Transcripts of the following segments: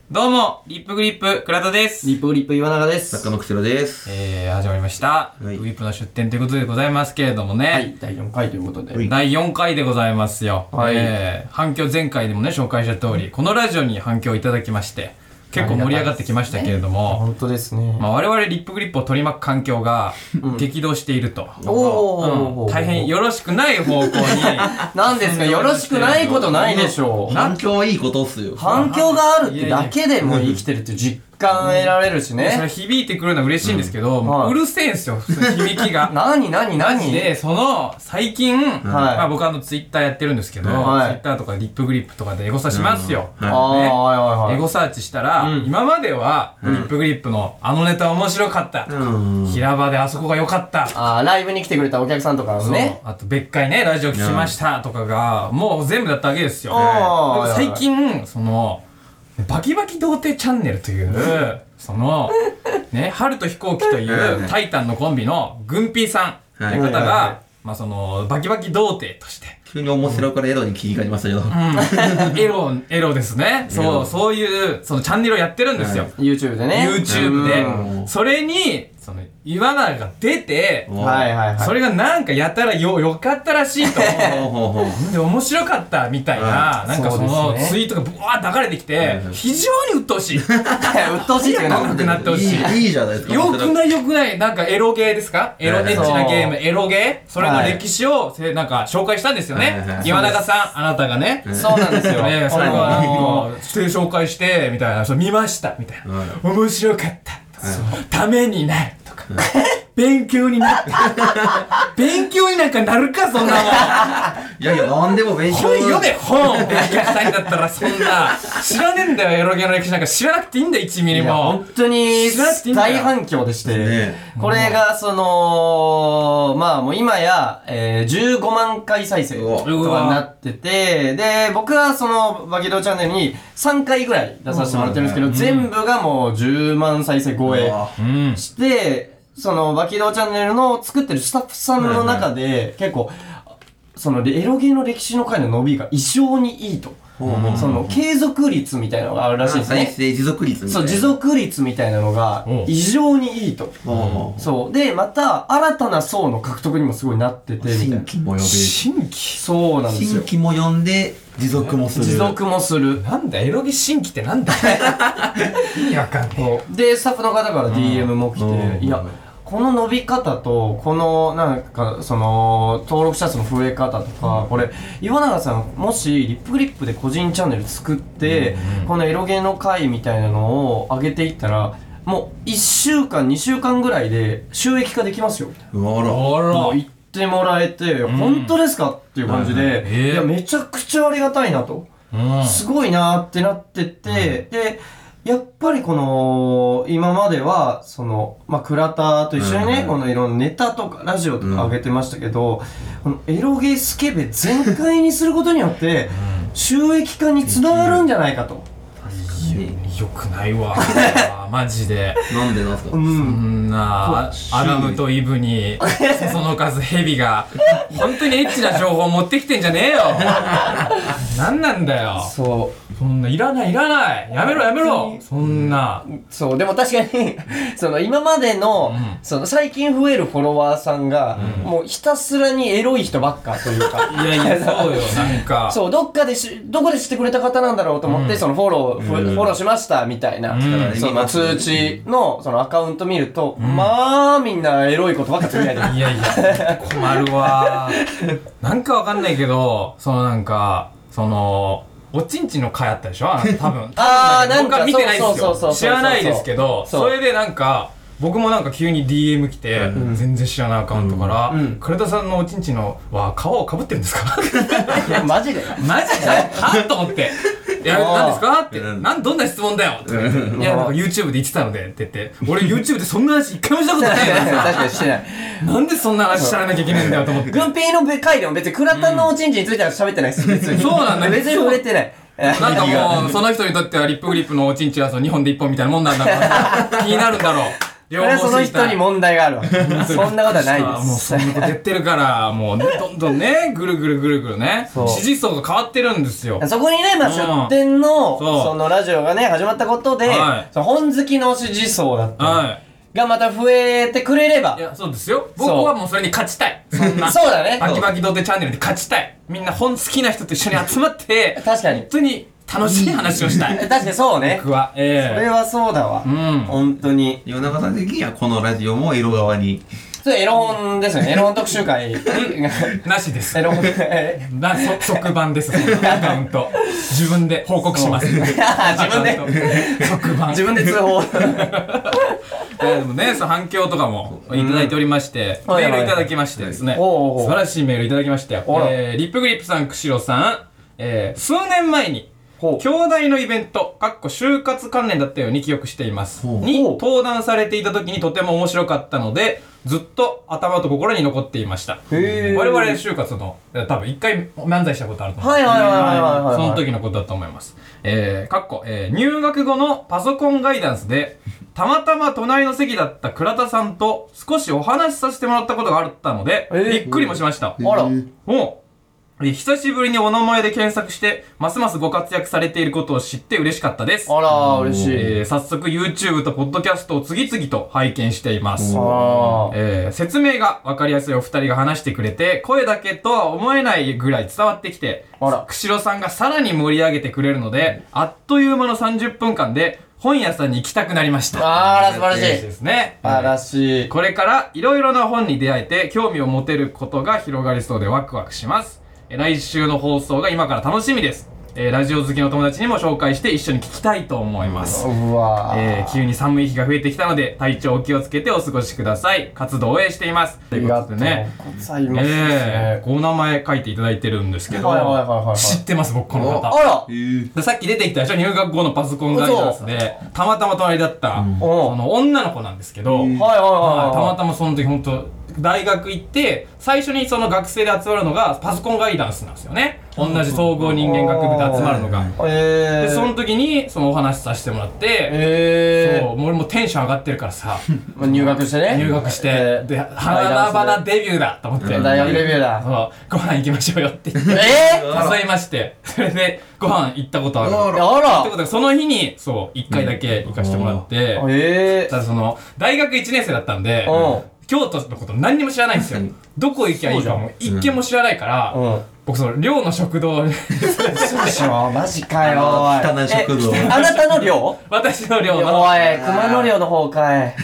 どうも、リップグリップ、倉田です。 リップグリップ岩永です。 中野くしろです。 始まりました。グリップの出展ということでございますけれどもね。 はい、第4回ということで。 第4回でございますよ。 はい。 反響前回でもね、紹介した通り、このラジオに反響いただきまして、結構盛り上がってきましたけれども、 本当ですね。 我々リップグリップを取り巻く環境が激動していると。大変よろしくない方向に。 なんですか、よろしくないことないでしょう。 反響はいいことっすよ。 反響があるってだけでも生きてるって実感得られるしね。 それ響いてくるのは嬉しいんですけど、うるせえんすよ、響きが。 何で、最近、僕ツイッターやってるんですけど、ツイッターとかリップグリップとかでエゴサしますよ。エゴサーチしたら、今までは、リップグリップのあのネタ面白かったとか、平場であそこが良かったとか、 ライブに来てくれたお客さんとかのね。 あと別回ね、ラジオ聞きましたとかが、もう全部だったわけですよ。最近、バキバキ童貞チャンネルという、ね、春と飛行機というタイタンのコンビのグンピーさんという方が、バキバキ童貞として。 急に面白からエロに切り替わりましたけど。 エロですね。そういう、チャンネルをやってるんですよ。 YouTube でね。 YouTube で。それに、岩永が出て、それがなんかやたらよかったらしいと。で、面白かったみたいな、なんかツイートがブワーって流れてきて、非常に鬱陶しい。鬱陶しいっていうのはなくなってほしい。 いいじゃないですか。 よくない。なんかエロゲーですか？エッチなゲーム、エロゲー？それの歴史を、なんか紹介したんですよね。岩永さん、あなたがね。 そうなんですよ。 それが、紹介して、みたいな、見ました、みたいな。面白かった。ためになるとか。勉強になる。勉強になんかなるか、そんなもん。 いや、なんでも勉強。 本読め、本勉強したいんだったら、そんな。知らねえんだよ、エロゲの歴史なんか知らなくていいんだよ、1ミリも。 本当に、大反響でして。これが、もう今や、15万回再生とかになってて、で、僕はバキドーチャンネルに3回ぐらい出させてもらってるんですけど、全部がもう10万再生超えして、バキドーチャンネルの作ってるスタッフさんの中で、結構、エロゲーの歴史の回の伸びが異常にいいと。継続率みたいなのがあるらしいですね。 再生持続率みたいな。 そう、持続率みたいなのが異常にいいと。そう。で、また、新たな層の獲得にもすごいなってて、 新規も呼べる。 新規？ そうなんですよ。 新規も呼んで、持続もする。 持続もする。 なんだ、エロゲ新規ってなんだ意味わかんねえ。で、スタッフの方から DM も来て、いや、この伸び方と、この、なんか、登録者数の増え方とか、これ、岩永さん、もし、リップグリップで個人チャンネル作って、このエロゲの回みたいなのを上げていったら、もう、1週間、2週間ぐらいで収益化できますよ。 あら。 もう言ってもらえて、本当ですかっていう感じで、いや、めちゃくちゃありがたいなと。すごいなってなってて、で、やっぱり今までは、倉田と一緒にね、このいろんなネタとかラジオとか上げてましたけど、このエロゲースケベ全開にすることによって、収益化につながるんじゃないかと。 よくないわ。マジで。 なんでなんすか？ そんな、アダムとイブに、その数ヘビが、本当にエッチな情報持ってきてんじゃねえよ。なんなんだよ。 そう。 そんな、いらない。やめろ。そんな。 そう、でも確かに、今までの、最近増えるフォロワーさんが、もうひたすらにエロい人ばっかというか。 いや、そうよ、なんか。 そう、どこで知ってくれた方なんだろうと思って、フォローしましたみたいな、通知の、アカウント見ると、まあ、みんなエロいことばっかつぶやいてる。 いや、困るわ。なんかわかんないけど、おちんちの回あったでしょ多分。僕は見てないですよ。知らないですけど、それでなんか、僕もなんか急に DM 来て、全然知らないアカウントから、倉田さんのおちんちのは皮をかぶってるんですか？ いや、マジではと思って。いや、何ですかって。どんな質問だよって。いや、なんか YouTube で言ってたのでって言って。俺 YouTube でそんな話一回もしたことないよ。 確かにしてない。 なんでそんな話しちゃわなきゃいけないんだよと思って。 グンピーの回でも別に倉田のおちんちについては喋ってないです。別に。 そうなんだ。 別に触れてない。 なんかもう、その人にとってはリップグリップのおちんちは2本で1本みたいなもんなんだから、気になるんだろう。 それはその人に問題があるわ。そんなことはないです。 もうそんなこと言ってるから、もうどんどんね、ぐるぐるね、支持層が変わってるんですよ。 そこにね、まあ出店の、そのラジオがね、始まったことで、本好きの支持層だったりがまた増えてくれれば。 いや、そうですよ。僕はもうそれに勝ちたい。そんな。 そうだね。 バキバキ童貞チャンネルで勝ちたい。みんな本好きな人と一緒に集まって、 確かに。 本当に楽しい話をしたい。 確かにそうね。 僕は。 それはそうだわ。本当に。 夜中さん的にはこのラジオもエロ側に。 それエロ本ですよね。エロ本特集会。 なしです。 エロ本。 即番です。アカウント。自分で報告します。自分で即番。 自分で通報。 でもね、反響とかもいただいておりまして、メールいただきましてですね、素晴らしいメールいただきましたよ。リップグリップさん、釧路さん、数年前に、兄弟のイベント、就活関連だったように記憶しています。に登壇されていた時にとても面白かったので、ずっと頭と心に残っていました。我々就活の、多分一回漫才したことあると思う。その時のことだと思います。入学後のパソコンガイダンスで、たまたま隣の席だった倉田さんと少しお話しさせてもらったことがあったので、びっくりもしました。久しぶりにお名前で検索して、ますますご活躍されていることを知って嬉しかったです。 あら、嬉しい。 早速 YouTube とポッドキャストを次々と拝見しています。説明がわかりやすいお二人が話してくれて、声だけとは思えないぐらい伝わってきて、釧路さんがさらに盛り上げてくれるので、あっという間の30分間で、本屋さんに行きたくなりました。 あら、素晴らしい。 ですね。 素晴らしい。 これからいろいろな本に出会えて、興味を持てることが広がりそうでワクワクします。来週の放送が今から楽しみです。ラジオ好きの友達にも紹介して一緒に聞きたいと思います。急に寒い日が増えてきたので体調お気をつけてお過ごしください。活動を応援しています。 ということでね。 お名前書いていただいてるんですけど、知ってます僕この方。さっき出てきたでしょ、入学後のパソコンガイダンスでたまたま隣だった女の子なんですけど、たまたまその時本当大学行って最初にその学生で集まるのがパソコンガイダンスなんですよね。同じ総合人間学部で集まるのが。でその時にそのお話させてもらって、そう俺もテンション上がってるからさ入学してね。 入学してで花々デビューだと思って、 大学デビューだ。 そうご飯行きましょうよって言って誘いまして、それでご飯行ったことある。ってことでその日にそう1回だけ行かせてもらって、ただその大学1年生だったんで京都のこと何にも知らないんですよ。どこ行きゃいいかも一軒も知らないから、僕その寮の食堂そうでしょ、マジかよ。 汚い食堂。 あなたの寮？ 私の寮の。 おい、熊野寮の方かい。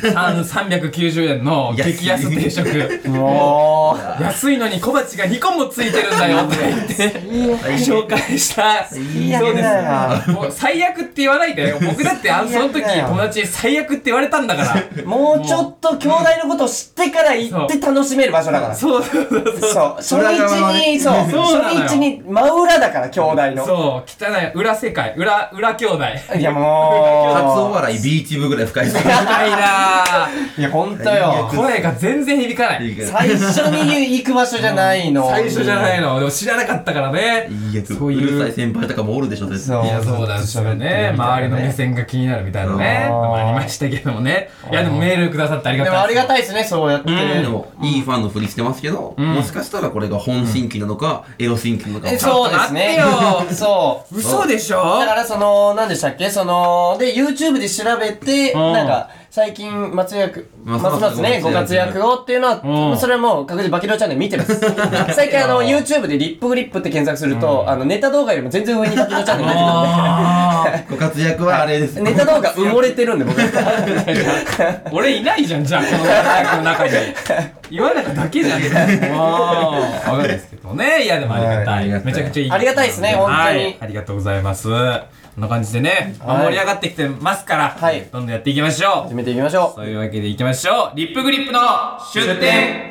390円の激安定食。もう安いのに小鉢が2個もついてるんだよって言って紹介した。そうです。もう最悪って言わないで。僕だってその時友達に最悪って言われたんだから。 もうちょっと兄弟のことを知ってから行って楽しめる場所だから。 そう。 初日に初日に真裏だから兄弟の。 そう汚い裏世界裏兄弟。 いやもう初お笑いビーチ部ぐらい深い。 深いな。 いやほんとよ。 声が全然響かない。 最初に行く場所じゃないの。 最初じゃないの。でも知らなかったからね。 そういううるさい先輩とかもおるでしょ。 いやそうなんですよね。周りの目線が気になるみたいなね。ありましたけどもね。いやでもメールくださってありがたい。 でもありがたいですね、そうやって。 でもいいファンのふりしてますけど、もしかしたらこれが本新規なのかエロ新規なのか。 そうですね。そう。 嘘でしょ。 だから何でしたっけ、で YouTube で調べてなんか最近ますますねご活躍をっていうのはそれはもう確実にバキロチャンネル見てます。最近YouTube でリップグリップって検索するとネタ動画よりも全然上にバキロチャンネル出てくるんで、 ご活躍はあれですね。 ネタ動画埋もれてるんで僕俺いないじゃん、じゃあこの中に言われただけじゃん。分かるんですけどね。いやでもありがたい、めちゃくちゃいい、 ありがたいですね、本当にありがとうございます。こんな感じでね、盛り上がってきてますから、どんどんやっていきましょう。 始めていきましょう。 そういうわけでいきましょう。リップグリップの出展。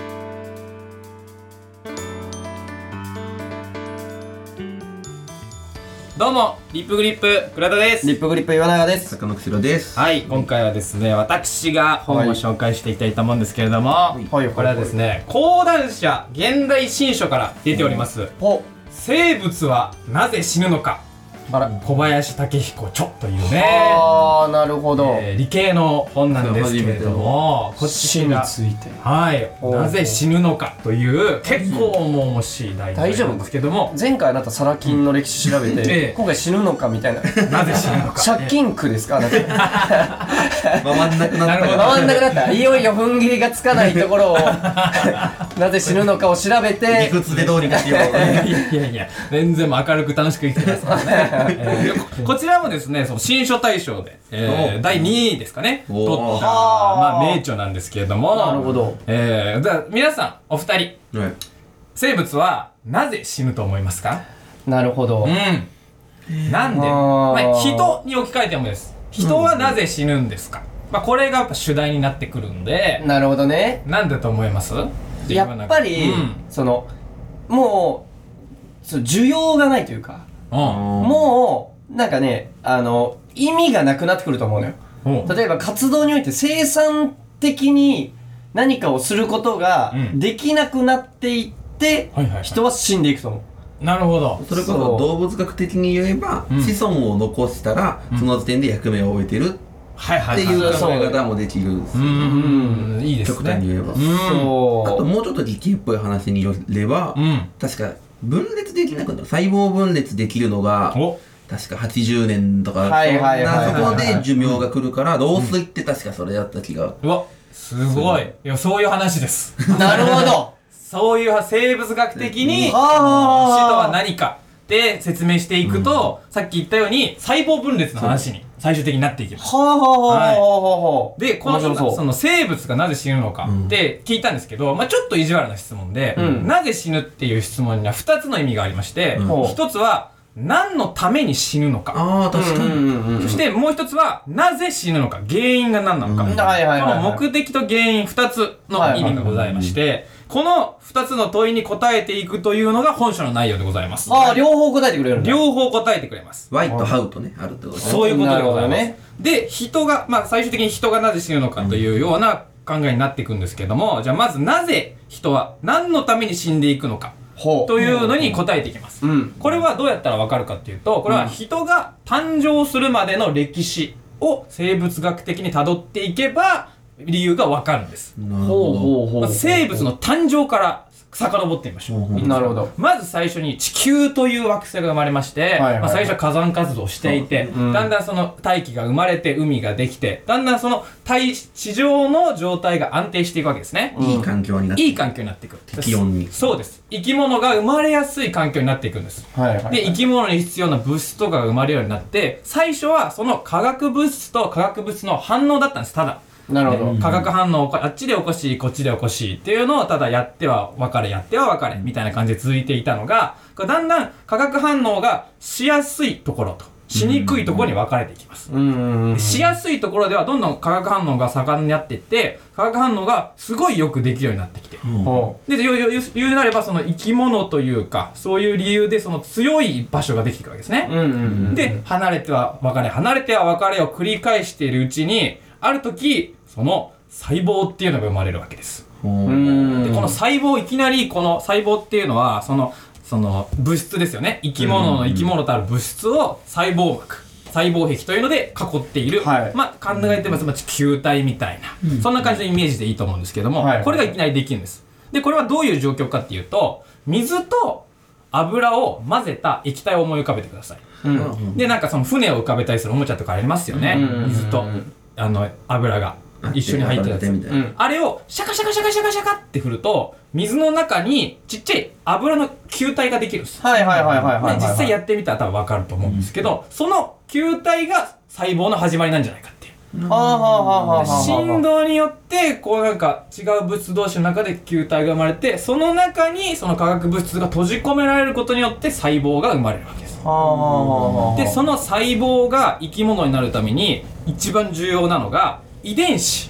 どどうもリップグリップ倉田です。 リップグリップ岩永です。 坂野久です。 はい、今回はですね、私が本を紹介していきたいと思うんですけれども、これはですね、講談社現代新書から出ております、生物はなぜ死ぬのか、小林武彦著というね、 ああ、なるほど、 理系の本なんですけれども、こっちが死について、 はい、なぜ死ぬのかという結構重々しい題材なんですけども、 前回あなたサラ金の歴史調べて、今回死ぬのかみたいな、 なぜ死ぬのか、 借金苦ですか、あなた回んなくなった。 回んなくなった。いよいよ踏ん切りがつかないところをなぜ死ぬのかを調べて、 理屈でどうにかしよう。 いや全然明るく楽しく生きてますからね。こちらもですね、その新書大賞で、第2位ですかね、取ったまあ名著なんですけれども、 なるほど。 皆さんお二人、生物はなぜ死ぬと思いますか？ なるほど。 なんで、まあ、人に置き換えてもです。人はなぜ死ぬんですか？まあこれがやっぱ主題になってくるんで。 なるほどね。 なんでと思います？ やっぱり、そのもう需要がないというか、もうなんかね、意味がなくなってくると思うのよ。例えば活動において生産的に何かをすることができなくなっていって、人は死んでいくと思う。 なるほど。 それこそ動物学的に言えば、子孫を残したらその時点で役目を終えてるっていう考え方もできるんです。 いいですね。 極端に言えば。あともうちょっと理系っぽい話によれば、確か分裂できなくなる、細胞分裂できるのが確か80年とか、そこで寿命が来るから、老衰って確かそれやった気が。 うわ、すごい。いや、そういう話です。 なるほど。 そういう生物学的に死とは何かって説明していくと、さっき言ったように細胞分裂の話に最終的になっていきます。で、このその生物がなぜ死ぬのかって聞いたんですけど、まあちょっと意地悪な質問で、なぜ死ぬっていう質問には2つの意味がありまして、1つは何のために死ぬのか。 確かに。 そしてもう1つはなぜ死ぬのか、原因が何なのか。この目的と原因2つの意味がございまして、この2つの問いに答えていくというのが本書の内容でございます。 両方答えてくれるんだ。 両方答えてくれます。 Why と How とね、あるってことですね。 そういうことでございます。で、人が、まあ最終的に人がなぜ死ぬのかというような考えになっていくんですけども、じゃあまずなぜ人は何のために死んでいくのかというのに答えていきます。これはどうやったらわかるかっていうと、これは人が誕生するまでの歴史を生物学的に辿っていけば理由がわかるんです。生物の誕生から遡ってみましょう。 なるほど。まず最初に地球という惑星が生まれまして、最初は火山活動をしていて、だんだんその大気が生まれて海ができて、だんだんその地上の状態が安定していくわけですね。 いい環境になっていく。 いい環境になっていく。 適温に。 そうです。生き物が生まれやすい環境になっていくんです。で、生き物に必要な物質とかが生まれるようになって、最初はその化学物質と化学物質の反応だったんです、ただ。 なるほど。 化学反応をあっちで起こし、こっちで起こしっていうのをただやっては別れ、やっては別れみたいな感じで続いていたのが、だんだん化学反応がしやすいところとしにくいところに分かれていきます。しやすいところではどんどん化学反応が盛んになっていって、化学反応がすごいよくできるようになってきて。で、言うなればその生き物というか、そういう理由でその強い場所ができていくわけですね。で、離れては別れ、離れては別れを繰り返しているうちに、ある時その細胞っていうのが生まれるわけです。でこの細胞、いきなりこの細胞っていうのはその物質ですよね。生き物の生き物とある物質を細胞膜、細胞壁というので囲っている、まあ考えてます球体みたいな、そんな感じのイメージでいいと思うんですけども、これがいきなりできるんです。でこれはどういう状況かっていうと、水と油を混ぜた液体を思い浮かべてください。でなんかその船を浮かべたりするおもちゃとかありますよね。水と油が一緒に入ってるやつ、あれをシャカシャカシャカシャカシャカって振ると水の中にちっちゃい油の球体ができるんです。実際やってみたら多分分かると思うんですけど、その球体が細胞の始まりなんじゃないかっていう。振動によってこうなんか違う物質同士の中で球体が生まれて、その中にその化学物質が閉じ込められることによって細胞が生まれるわけです。でその細胞が生き物になるために一番重要なのが遺伝子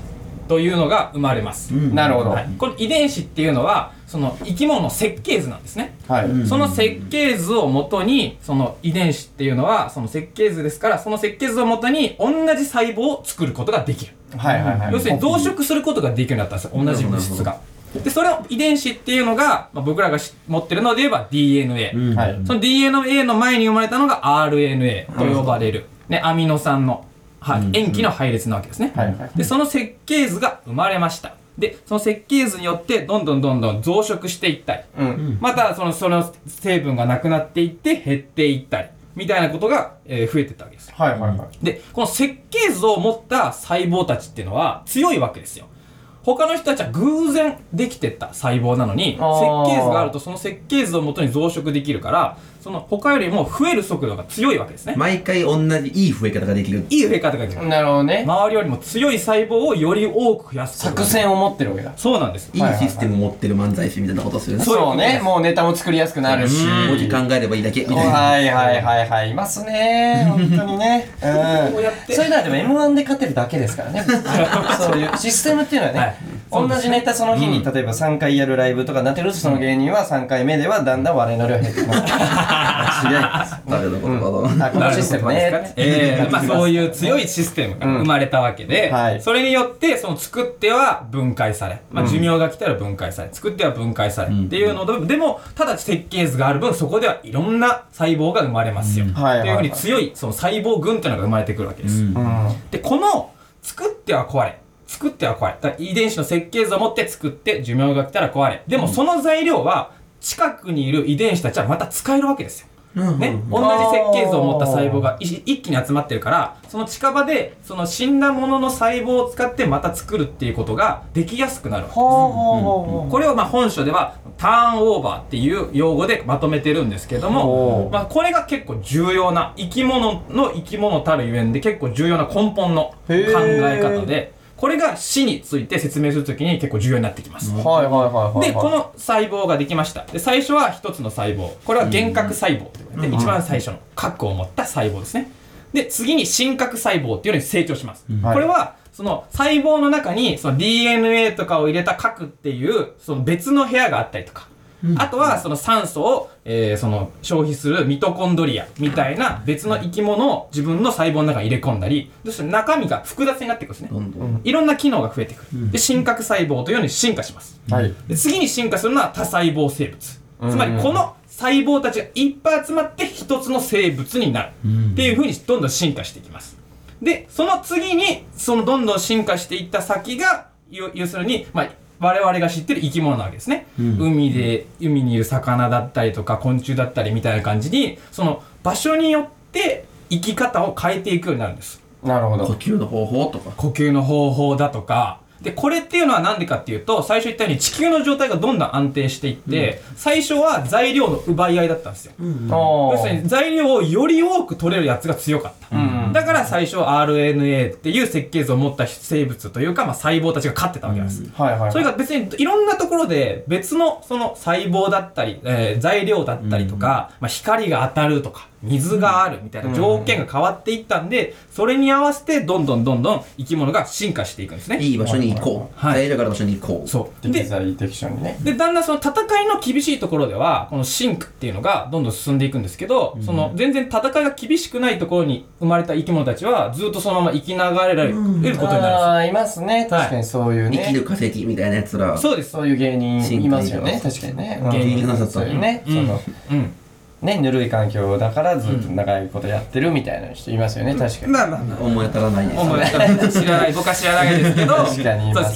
というのが生まれます。 なるほど。 この遺伝子っていうのはその生き物の設計図なんですね。その設計図をもとにその遺伝子っていうのはその設計図ですから、その設計図をもとに同じ細胞を作ることができる。要するに増殖することができるようになったんですよ、同じ物質が。でそれを遺伝子っていうのが、僕らが持ってるので言えば DNA、その DNA の前に生まれたのが RNA と呼ばれる、アミノ酸の、塩基の配列なわけですね。でその設計図が生まれました。でその設計図によってどんどん増殖していったり、またその成分がなくなっていって減っていったりみたいなことが、増えていったわけです。でこの設計図を持った細胞たちっていうのは強いわけですよ。他の人たちは偶然できてった細胞なのに、設計図があるとその設計図をもとに増殖できるから、その他よりも増える速度が強いわけですね。 毎回同じいい増え方ができる。 いい増え方ができる。 なるほどね。 周りよりも強い細胞をより多く増やす。 作戦を持ってるわけだ。 そうなんです。 いいシステム持ってる漫才師みたいなことですよね。 そうね。もうネタも作りやすくなるし。 文字考えればいいだけみたいな。いますね。本当にね。それならでも M1 で勝てるだけですからね。そういうシステムっていうのはね、同じネタその日に例えば3回やるライブとかなってると、その芸人は3回目ではだんだん笑いの量減ってきます。 なるほど。 このシステムね。 そういう強いシステムが生まれたわけで、それによってその作っては分解され、寿命が来たら分解され、作っては分解されっていうのでもただ設計図がある分、そこではいろんな細胞が生まれますよっていうふうに強いその細胞群っていうのが生まれてくるわけです。でこの作っては壊れ、作っては壊れ、だから遺伝子の設計図を持って作って寿命が来たら壊れ、でもその材料は近くにいる遺伝子たちはまた使えるわけですよ。同じ設計図を持った細胞が一気に集まってるから、その近場でその死んだものの細胞を使ってまた作るっていうことができやすくなるわけです。これを本書ではターンオーバーっていう用語でまとめてるんですけども、これが結構重要な生き物たるゆえんで結構重要な根本の考え方で、これが死について説明するときに結構重要になってきます。で、この細胞ができました。で、最初は一つの細胞。これは原核細胞と言われて、一番最初の核を持った細胞ですね。で、次に真核細胞っていうのに成長します。これは、その細胞の中にその DNA とかを入れた核っていうその別の部屋があったりとか、あとはその酸素を、その消費するミトコンドリアみたいな別の生き物を自分の細胞の中に入れ込んだり、そして中身が複雑になっていくんですね。いろんな機能が増えてくる。で、真核細胞というように進化します。で、次に進化するのは多細胞生物。つまりこの細胞たちがいっぱい集まって一つの生物になるっていう風にどんどん進化していきます。で、その次にそのどんどん進化していった先が要するに我々が知ってる生き物なわけですね。海にいる魚だったりとか昆虫だったりみたいな感じに、その場所によって生き方を変えていくようになるんです。 なるほど。 呼吸の方法とか。 呼吸の方法だとか。で、これっていうのはなんでかっていうと、最初言ったように地球の状態がどんどん安定していって、最初は材料の奪い合いだったんですよ。要するに材料をより多く取れるやつが強かった。だから最初 RNA っていう設計図を持った生物というか、細胞たちが勝ってたわけです。それが別にいろんなところで別のその細胞だったり、材料だったりとか、光が当たるとか、水があるみたいな条件が変わっていったんで、それに合わせてどんどん生き物が進化していくんですね。 いい場所に行こう。材料がある場所に行こう。 そう。 適材適所にね。 で、だんだんその戦いの厳しいところでは、この進化っていうのがどんどん進んでいくんですけど、その全然戦いが厳しくないところに生まれた生き物たちは、ずっとそのまま生きながられることになるんです。 いますね。確かにそういうね。 生きる化石みたいなやつら。 そうです。 そういう芸人いますよね。確かにね。 芸人なさった。 そういうね。ね、ぬるい環境だからずっと長いことやってるみたいな人いますよね、確かに。 思い当たらないです。 思い当たらない。僕は知らないですけど、そうです。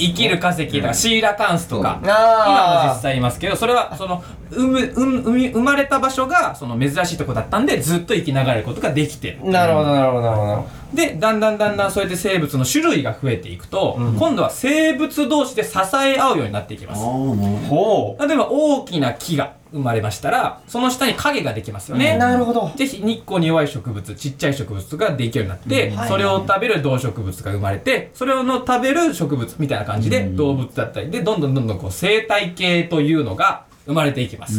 生きる化石とか、シーラカンスとか、今も実際いますけど、それは、その、生まれた場所が、その珍しいとこだったんで、ずっと生きながらることができてる。 なるほど。 で、だんだんそうやって生物の種類が増えていくと、今度は生物同士で支え合うようになっていきます。例えば、大きな木が生まれましたら、その下に影ができますよね。 なるほど。 ぜひ日光に弱い植物、ちっちゃい植物ができるようになって、それを食べる動植物が生まれて、それを食べる植物みたいな感じで、動物だったりで、どんどんこう生態系というのが生まれていきます。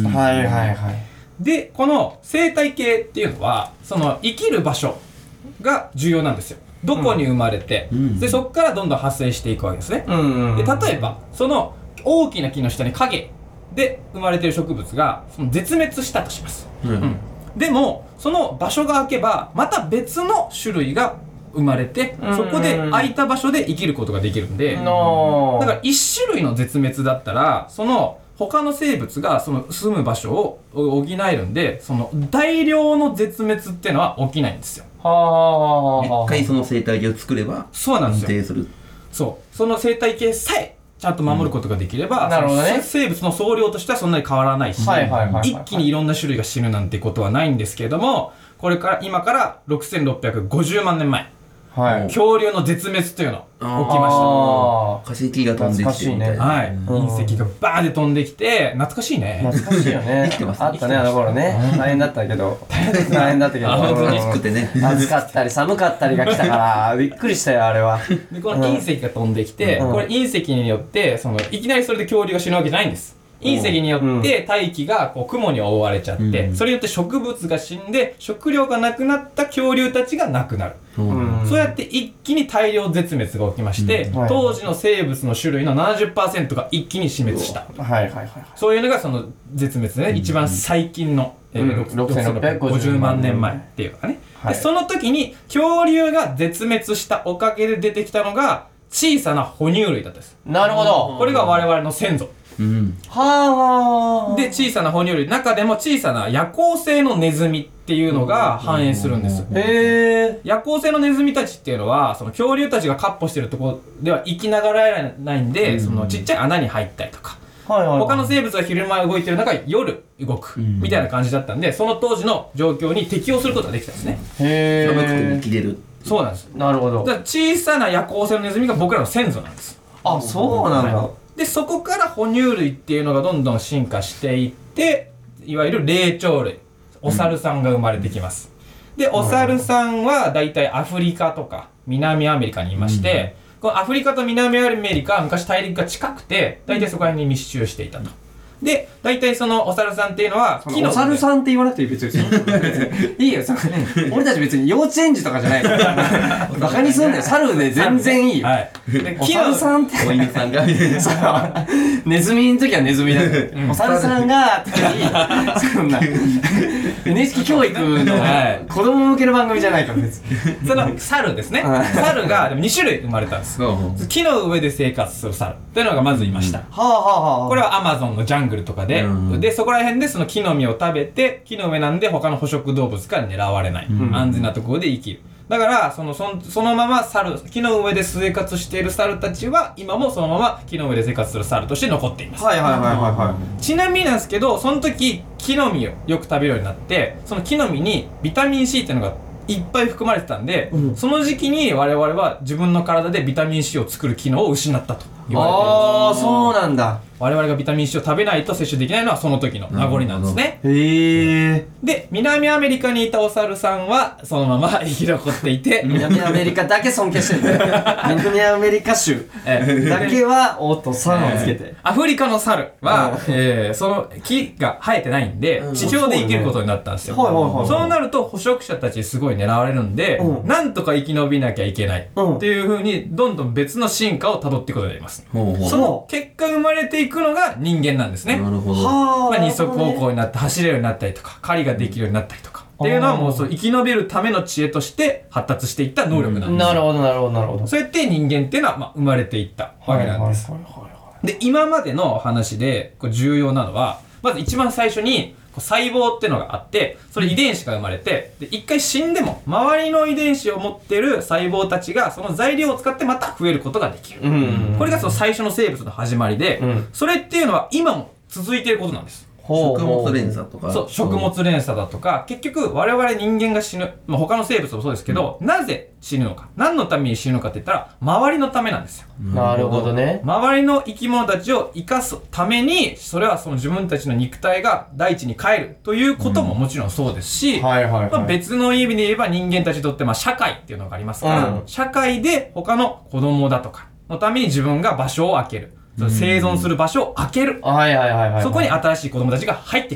で、この生態系っていうのは、その生きる場所が重要なんですよ。 どこに生まれて、でそこからどんどん発生していくわけですね。で例えばその大きな木の下に影で生まれている植物がその絶滅したとします、でもその場所が空けばまた別の種類が生まれて、そこで空いた場所で生きることができるんで、だから一種類の絶滅だったらその他の生物がその住む場所を補えるんで、その大量の絶滅っていうのは起きないんですよ。 一回その生態系を作ればそうなんですよ。 する。 そうその生態系さえちゃんと守ることができれば、 なるほどね、 生物の総量としてはそんなに変わらないし、一気にいろんな種類が死ぬなんてことはないんですけれども、これから今から6650万年前、恐竜の絶滅というの起きました。 化石が飛んできてみたいな、 隕石がバーンで飛んできて、懐かしいね。 懐かしいよね。あったね、あの頃ね。大変だったけど暑くてね、 暑かったり寒かったりが来たからびっくりしたよ、あれは。 でこの隕石が飛んできて、これ隕石によっていきなりそれで恐竜が死ぬわけじゃないんです。隕石によって大気がこう雲に覆われちゃって、それによって植物が死んで食料がなくなった恐竜たちがなくなる、そうやって一気に大量絶滅が起きまして、当時の生物の種類の 70% が一気に死滅した、そういうのがその絶滅ね、一番最近の、6650万年前っていうかね、でその時に恐竜が絶滅したおかげで出てきたのが小さな哺乳類だったんです。 なるほど。 これが我々の先祖。で小さな哺乳類、中でも小さな夜行性のネズミっていうのが繁栄するんです。夜行性のネズミたちっていうのはその恐竜たちが闊歩してるところでは生きながらえないんで、そのちっちゃい穴に入ったりとか、他の生物が昼間動いてる中夜動くみたいな感じだったんで、その当時の状況に適応することができたんですね。 寒くても生きれる。 そうなんです。 なるほど。 だから小さな夜行性のネズミが僕らの先祖なんです。 あ、そうなんだ。 でそこから哺乳類っていうのがどんどん進化していって、いわゆる霊長類、お猿さんが生まれてきます。でお猿さんはだいたいアフリカとか南アメリカにいまして、このアフリカと南アメリカは昔大陸が近くて、だいたいそこら辺に密集していたと。でだいたいそのお猿さんっていうのはお猿さんって言わなくていい、別にいいよ、俺たち別に幼稚園児とかじゃないからバカにすんだよ、猿で全然いいよ。お猿さんってお犬さんがネズミの時はネズミだけど、お猿さんがっていい、そんな NHK 教育の子供向けの番組じゃないから別に。 その猿ですね、猿がでも2種類生まれたんです。木の上で生活する猿というのがまずいました。これはアマゾンのジャングルとかで、でそこら辺でその木の実を食べて、木の上なんで他の捕食動物から狙われない、安全なところで生きる。だからそのまま木の上で生活している猿たちは今もそのまま木の上で生活する猿として残っています。ちなみになんですけど、その時木の実をよく食べるようになって、その木の実にビタミン C っていうのがいっぱい含まれてたんで、その時期に我々は自分の体でビタミン C を作る機能を失ったと言われています。 ああ、そうなんだ。 我々がビタミン C を食べないと摂取できないのはその時の名残なんですね。で南アメリカにいたお猿さんはそのまま生き残っていて南アメリカだけ尊敬してるんだよ南アメリカ州だけはおっとさんをつけて、 アフリカの猿は、その木が生えてないんで、地表で生きることになったんですよ。そうなると捕食者たちすごい狙われるんで、なんとか生き延びなきゃいけないっていう風にどんどん別の進化をたどっていくことになります。その結果生まれていくのが人間なんですね。 なるほど。 二足歩行になって走れるようになったりとか、狩りができるようになったりとかっていうのはもうそう生き延びるための知恵として発達していった能力なんです。 なるほどなるほどなるほど。 そうやって人間っていうのは生まれていったわけなんです。で今までの話でこれ重要なのは、まず一番最初に細胞っていうのがあって、それ遺伝子が生まれて、で一回死んでも周りの遺伝子を持ってる細胞たちがその材料を使ってまた増えることができる。これがその最初の生物の始まりで、それっていうのは今も続いていることなんです。 食物連鎖とか。 そう、食物連鎖だとか、結局我々人間が死ぬ、他の生物もそうですけど、なぜ死ぬのか、何のために死ぬのかって言ったら周りのためなんですよ。 なるほどね。 周りの生き物たちを生かすために、それはその自分たちの肉体が大地に帰るということももちろんそうですし、別の意味で言えば人間たちにとって社会っていうのがありますから、社会で他の子供だとかのために自分が場所を空ける。生存する場所を空ける。そこに新しい子供たちが入ってくる。っ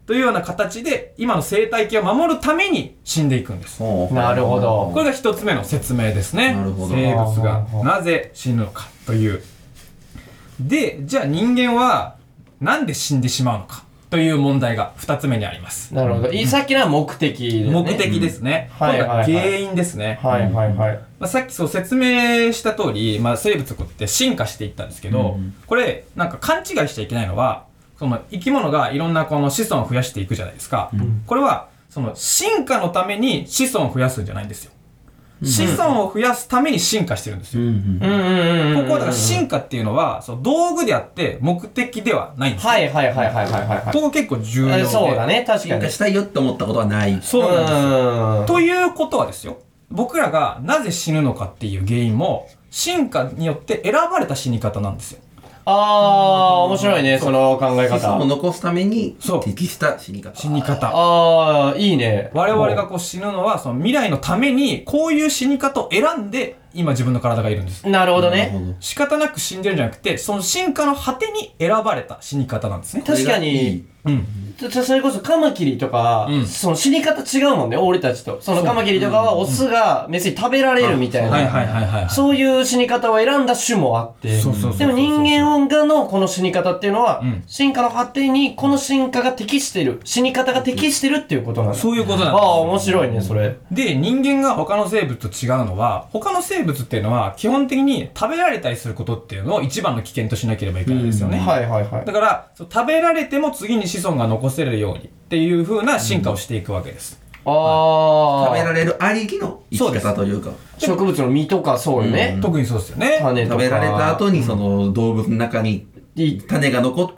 というような形で今の生態系を守るために死んでいくんです。 なるほど。 これが一つ目の説明ですね。生物がなぜ死ぬのかという。で、じゃあ人間はなんで死んでしまうのかという問題が二つ目にあります。 なるほど。さっきのは目的ですね。 目的ですね。今度は原因ですね。 はいはいはい。 さっき説明した通り、生物って進化していったんですけど、これなんか勘違いしちゃいけないのは、その生き物がいろんなこの子孫を増やしていくじゃないですか。これはその進化のために子孫を増やすんじゃないんですよ。子孫を増やすために進化してるんですよ。ここはだから進化っていうのはその道具であって目的ではないんですよ。 はいはいはいはいはいはい。 ここ結構重要で。 そうだね、確かに。 進化したいよって思ったことはない。 そうなんですよ。ということはですよ、僕らがなぜ死ぬのかっていう原因も進化によって選ばれた死に方なんですよ。 面白いね、その考え方。 子孫を残すために適した死に方。 死に方。 いいね。 我々が死ぬのは、その未来のために、こういう死に方を選んで、今自分の体がいるんです。 なるほどね。 仕方なく死んでるんじゃなくて、その進化の果てに選ばれた死に方なんですね。 確かに。それこそカマキリとか、その死に方違うもんね、俺たちと。そのカマキリとかはオスがメスに食べられるみたいな。そういう死に方を選んだ種もあって。でも人間がのこの死に方っていうのは、進化の果てにこの進化が適してる、死に方が適してるっていうことなんだ。 そういうことなんです。 面白いね、それ。 で、人間が他の生物と違うのは、他の生物っていうのは基本的に食べられたりすることっていうのを一番の危険としなければいけないですよね。だから、食べられても次に子孫が残せるようにっていう風な進化をしていくわけです。 食べられるありきの生き方というか。 植物の実とかそうよね。 特にそうですよね。 食べられた後にその動物の中に種が残って、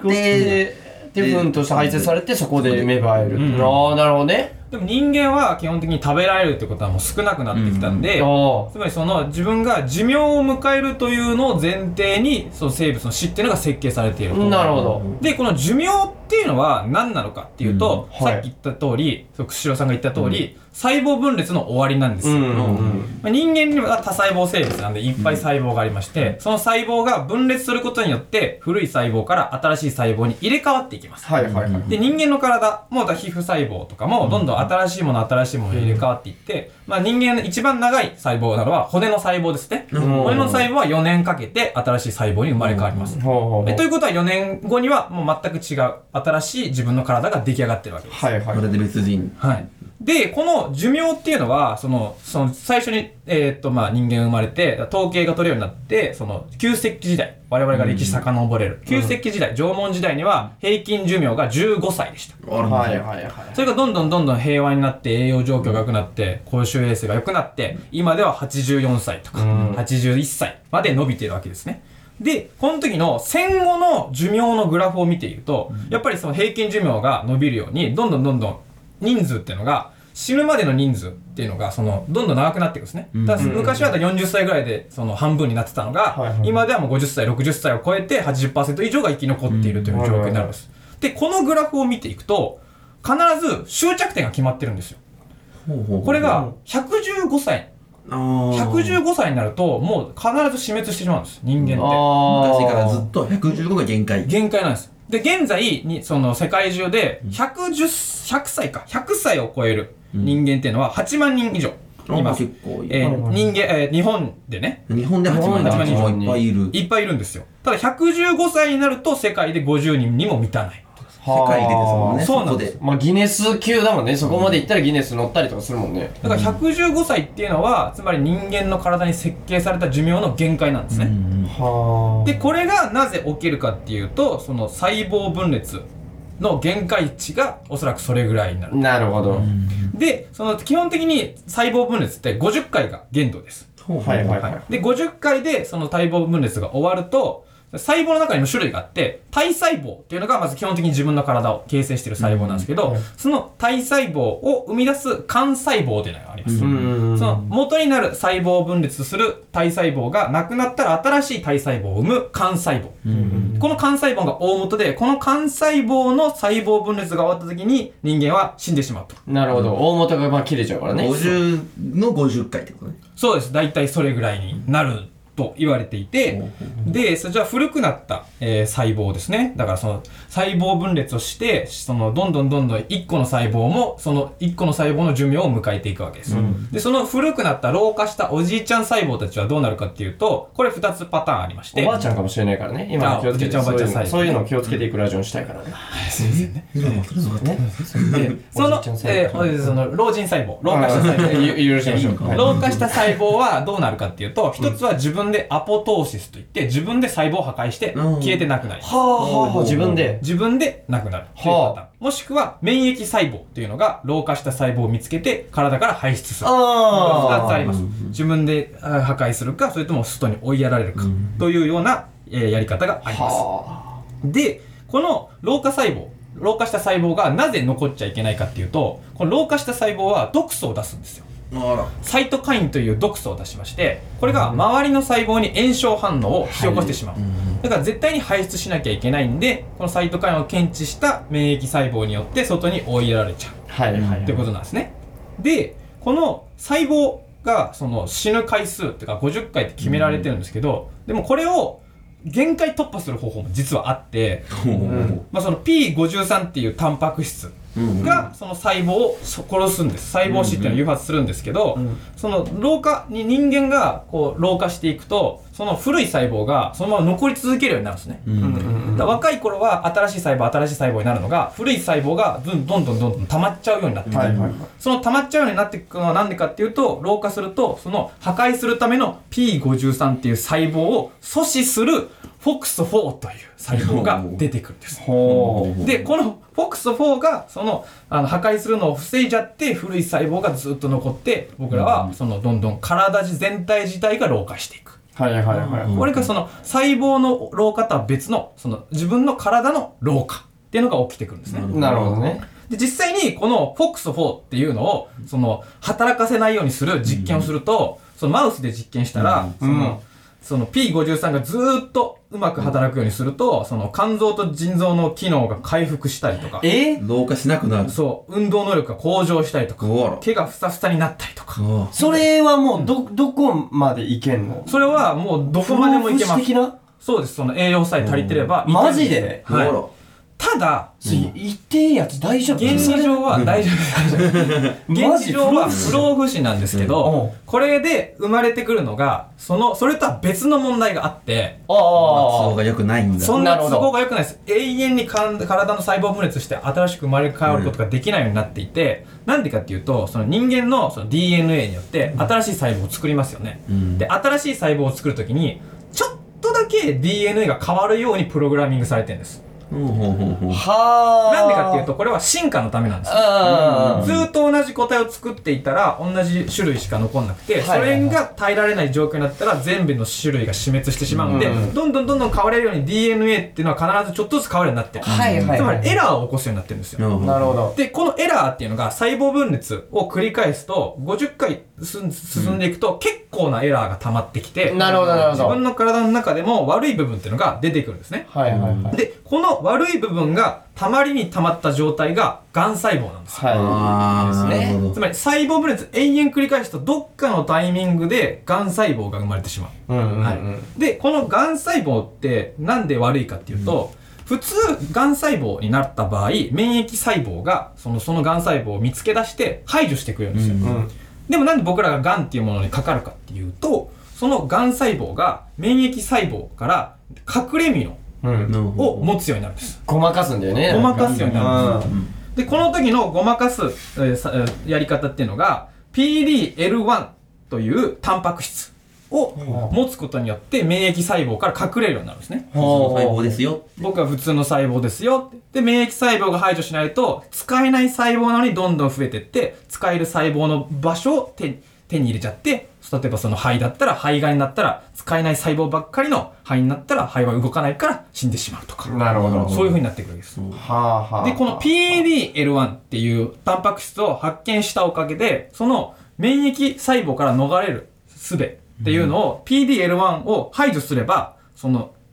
で、糞として排泄されてそこで芽生える。なるほどね。 でも人間は基本的に食べられるってことはもう少なくなってきたんで、つまりその自分が寿命を迎えるというのを前提にその生物の死っていうのが設計されていると。 なるほど。 で、この寿命っていうのは何なのかっていうと、さっき言った通り、釧路さんが言った通り、細胞分裂の終わりなんですよ。人間には多細胞生物なんでいっぱい細胞がありまして、その細胞が分裂することによって古い細胞から新しい細胞に入れ替わっていきます。で、人間の体も皮膚細胞とかもどんどん新しいものに入れ替わっていって、人間の一番長い細胞なのは骨の細胞ですね。骨の細胞は4年かけて新しい細胞に生まれ変わります。ということは4年後にはもう全く違う新しい自分の体が出来上がってるわけです。 これで別人。 で、この寿命っていうのは、その最初に、人間生まれて、統計が取れるようになって、旧石器時代、我々が歴史遡れる。旧石器時代、縄文時代には平均寿命が15歳でした。それがどんどん平和になって、栄養状況が良くなって、公衆衛生が良くなって、今では84歳とか、81歳まで伸びているわけですね。で、この時の戦後の寿命のグラフを見ていると、やっぱりその平均寿命が伸びるように、どんどん人数っていうのが、死ぬまでの人数っていうのが、どんどん長くなっていくんですね。昔は40歳ぐらいで、半分になってたのが、今ではもう50歳、60歳を超えて 80% 以上が生き残っているという状況になるんです。で、このグラフを見ていくと、必ず終着点が決まってるんですよ。これが115歳。115歳になると、もう必ず死滅してしまうんです、人間って。 昔からずっと115が限界。 限界なんです。で、現在に、世界中で100歳を超える人間っていうのは8万人以上います。結構日本でね。 日本で8万人以上いっぱいいる。 いっぱいいるんですよ。ただ115歳になると世界で50人にも満たない。 世界でですもんね。 そうなんです。 ギネス級だもんね。そこまで行ったらギネス乗ったりとかするもんね。 だから115歳っていうのは、つまり人間の体に設計された寿命の限界なんですね。で、これがなぜ起きるかっていうと、細胞分裂の限界値がおそらくそれぐらいになる。 なるほど。 で、基本的に細胞分裂って50回が限度です。で、50回でその細胞分裂が終わると、細胞の中にも種類があって、体細胞っていうのがまず基本的に自分の体を形成している細胞なんですけど、その体細胞を生み出す幹細胞というのがあります。その元になる細胞を分裂する体細胞がなくなったら新しい体細胞を生む幹細胞。この幹細胞が大元で、この幹細胞の細胞分裂が終わった時に人間は死んでしまうと。 なるほど。大元が切れちゃうからね。 50の50回ってことね。 そうです。だいたいそれぐらいになるとと言われていて、で、じゃあ古くなった、細胞ですね。だからその細胞分裂をして、そのどんどん1個の細胞もその1個の細胞の寿命を迎えていくわけです。で、その古くなった老化したおじいちゃん細胞たちはどうなるかっていうと、これ2つパターンありまして。 おばあちゃんかもしれないからね。今気をつけて、そういうのを気をつけていくラジオにしたいからね。 そうですよね。その老人細胞、老化した細胞。老化した細胞はどうなるかっていうと、一つは自分でアポトーシスといって、自分で細胞を破壊して消えてなくなります。 自分でなくなるというパターン。もしくは免疫細胞っていうのが老化した細胞を見つけて体から排出する。2つあります。自分で破壊するか、それとも外に追いやられるかというようなやり方があります。で、この老化した細胞がなぜ残っちゃいけないかっていうと、この老化した細胞は毒素を出すんですよ。サイトカインという毒素を出しまして、これが周りの細胞に炎症反応を引き起こしてしまう。だから絶対に排出しなきゃいけないんで、このサイトカインを検知した免疫細胞によって外に追いやられちゃうっていうことなんですね。で、この細胞がその死ぬ回数っていうか50回って決められてるんですけど、でもこれを限界突破する方法も実はあって、その P53 っていうタンパク質がその細胞を殺すんです。細胞死っていうのを誘発するんですけど、その老化に人間がこう老化していくと、その古い細胞がそのまま残り続けるようになるんですね。だから若い頃は新しい細胞になるのが、古い細胞がどんどん溜まっちゃうようになってくる。その溜まっちゃうようになっていくのはなんでかっていうと、老化するとその破壊するための P53 っていう細胞を阻止する FOX4 という細胞が出てくるんです。で、この FOX4 がその破壊するのを防いじゃって、古い細胞がずっと残って、僕らはそのどんどん体全体自体が老化していく。これがその細胞の老化とは別の、その自分の体の老化っていうのが起きてくるんですね。 なるほどね。 で、実際にこの FOX4 っていうのをその働かせないようにする実験をすると、そのマウスで実験したら、その P53 がずーっとうまく働くようにすると、その肝臓と腎臓の機能が回復したりとか、 老化しなくなる。 そう、運動能力が向上したりとか、毛がふさふさになったりとか。 それはもうどこまでいけんの？ それはもうどこまでもいけます。そうです、その栄養さえ足りてれば。 マジで？ はい。ただ、 言っていいやつ大丈夫？ 原理上は大丈夫。原理上は不老不死なんですけど、これで生まれてくるのが、それとは別の問題があって、 都合が良くないんだ。 そんな都合が良くないです。永遠に体の細胞分裂して新しく生まれ変わることができないようになっていて、なんでかっていうと、その人間のその DNA によって新しい細胞を作りますよね。で、新しい細胞を作るときに、ちょっとだけ DNA が変わるようにプログラミングされてるんです。なんでかっていうと、これは進化のためなんですよ。ずっと同じ個体を作っていたら同じ種類しか残んなくて、それが耐えられない状況になったら全部の種類が死滅してしまうので、どんどん変われるように DNA っていうのは必ずちょっとずつ変わるようになってる。つまりエラーを起こすようになってるんですよ。 なるほど。 で、このエラーっていうのが細胞分裂を繰り返すと50回進んでいくと結構なエラーが溜まってきて、自分の体の中でも悪い部分っていうのが出てくるんですね。で、この悪い部分がたまりにたまった状態が癌細胞なんですよ。つまり細胞分裂延々繰り返すとどっかのタイミングで癌細胞が生まれてしまう。で、この癌細胞ってなんで悪いかっていうと、普通癌細胞になった場合、免疫細胞がその癌細胞を見つけ出して排除してくれるんですよ。でもなんで僕らが癌っていうものにかかるかっていうと、その癌細胞が免疫細胞から隠れ身を持つようになるんです。 ごまかすんだよね。 ごまかすようになるんです。で、この時のごまかすやり方っていうのが PDL1 というタンパク質を持つことによって免疫細胞から隠れるようになるんですね。 細胞ですよ。 僕は普通の細胞ですよ。で、免疫細胞が排除しないと使えない細胞なのにどんどん増えてって、使える細胞の場所を手に入れちゃって、例えばその肺だったら肺がんになったら使えない細胞ばっかりの肺になったら肺は動かないから死んでしまうとか。 なるほど。 そういう風になってくるわけです。で、この PDL1 っていうタンパク質を発見したおかげで、その免疫細胞から逃れる術っていうのを PDL1 を排除すれば、その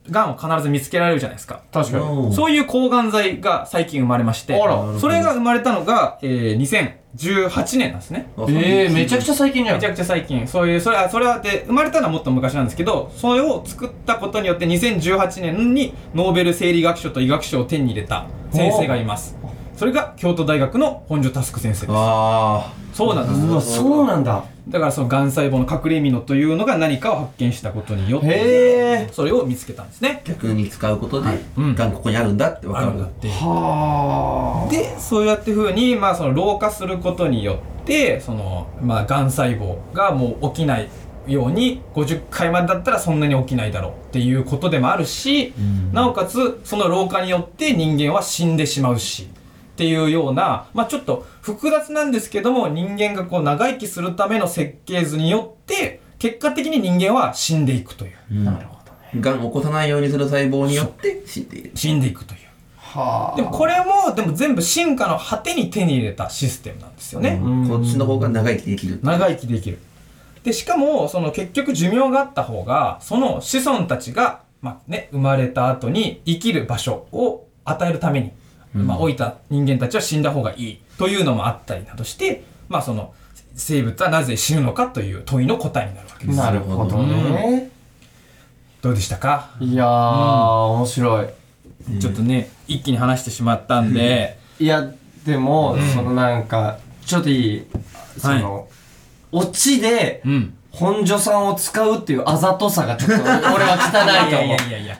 がんを必ず見つけられるじゃないですか。 確かに。 そういう抗がん剤が最近生まれまして、それが生まれたのが、2018年なんですね。 めちゃくちゃ最近じゃん。 めちゃくちゃ最近。それはで、生まれたのはもっと昔なんですけど、それを作ったことによって2018年にノーベル生理学賞と医学賞を手に入れた先生がいます。それが京都大学の本庶佑先生です。そうなんです。 うわ、そうなんだ。 だからそのがん細胞の隠れ蓑というのが何かを発見したことによってそれを見つけたんですね。 逆に使うことで、がんここにあるんだって分かるんだって。 でそうやってふうに、その老化することによってその、がん細胞がもう起きないように50回までだったらそんなに起きないだろうっていうことでもあるし、なおかつその老化によって人間は死んでしまうしっていうような、ちょっと複雑なんですけども、人間がこう長生きするための設計図によって結果的に人間は死んでいくという、 なるほどね。 がんを起こさないようにする細胞によって死んでいくという。でもこれも全部進化の果てに手に入れたシステムなんですよね。 こっちの方が長生きできる。 長生きできる。でしかもその結局寿命があった方がその子孫たちが、生まれた後に生きる場所を与えるために、老いた人間たちは死んだ方がいいというのもあったりなどして、その生物はなぜ死ぬのかという問いの答えになるわけです。 なるほどね。 どうでしたか？ いやー、面白い。 ちょっとね、一気に話してしまったんで。 いや、でも、そのなんか、ちょっといい、オチで、本庶さんを使うっていうあざとさがちょっと、俺は汚いと思う。 いや。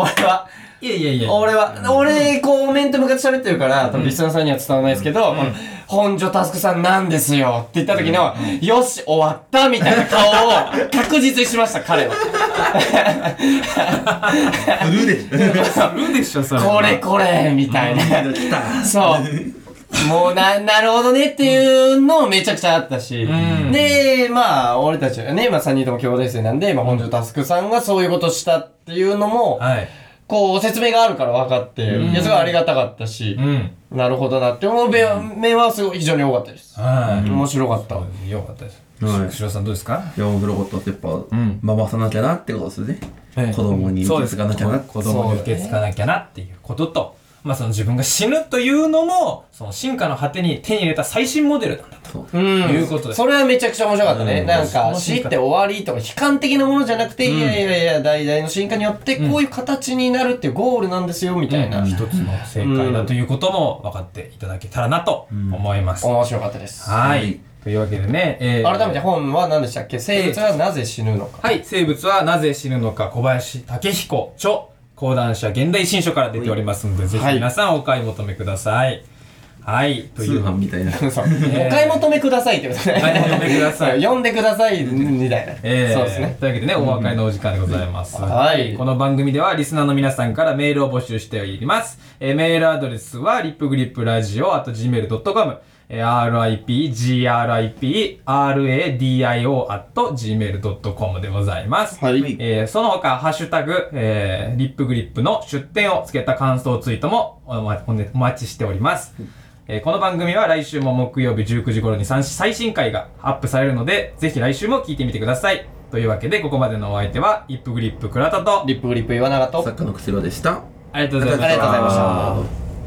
俺、こう、面と向かって喋ってるから、多分リスナーさんには伝わらないですけど、本庶佑さんなんですよって言った時の、よし、終わったみたいな顔を確実にしました、彼は。 振るでしょ、それ。 これみたいな。そう。もうなるほどねっていうのめちゃくちゃあったし。で、俺たちはね、3人とも兄弟生なんで、本庶佑さんがそういうことしたっていうのも、こう、説明があるから分かって、いや、すごいありがたかったし、なるほどなって思う面はすごい非常に多かったです。面白かった。 よかったです。久代さんどうですか？ いや、面白かったってやっぱ、回さなきゃなってことですね。子供に受け継がなきゃな。 子供に受け継がなきゃなっていうことと、その自分が死ぬというのも、その進化の果てに手に入れた最新モデルなんだということです。 それはめちゃくちゃ面白かったね。なんか、死って終わりとか悲観的なものじゃなくて、いや、代々の進化によってこういう形になるっていうゴールなんですよ、みたいな。 一つの正解だということも分かっていただけたらなと思います。 面白かったです。 はい。というわけでね、 改めて本は何でしたっけ？生物はなぜ死ぬのか。 はい、生物はなぜ死ぬのか、小林武彦著。講談社現代新書から出ておりますので、ぜひ皆さんお買い求めください。はい。 通販みたいな。 お買い求めくださいってことね。 お買い求めください。 読んでくださいみたいな。そうですね。 というわけでね、お別れのお時間でございます。 はい。 この番組ではリスナーの皆さんからメールを募集しております。メールアドレスはlipgripradio@gmail.com ripgradio@gmail.com でございます。 はい。 その他、ハッシュタグ、リップグリップの出展をつけた感想ツイートもお待ちしております。この番組は来週も木曜日19時頃に最新回がアップされるので、ぜひ来週も聞いてみてください。というわけで、ここまでのお相手は、リップグリップ倉田と、 リップグリップ岩永と、 作家のくしろでした。 ありがとうございました。 ありがとうございました。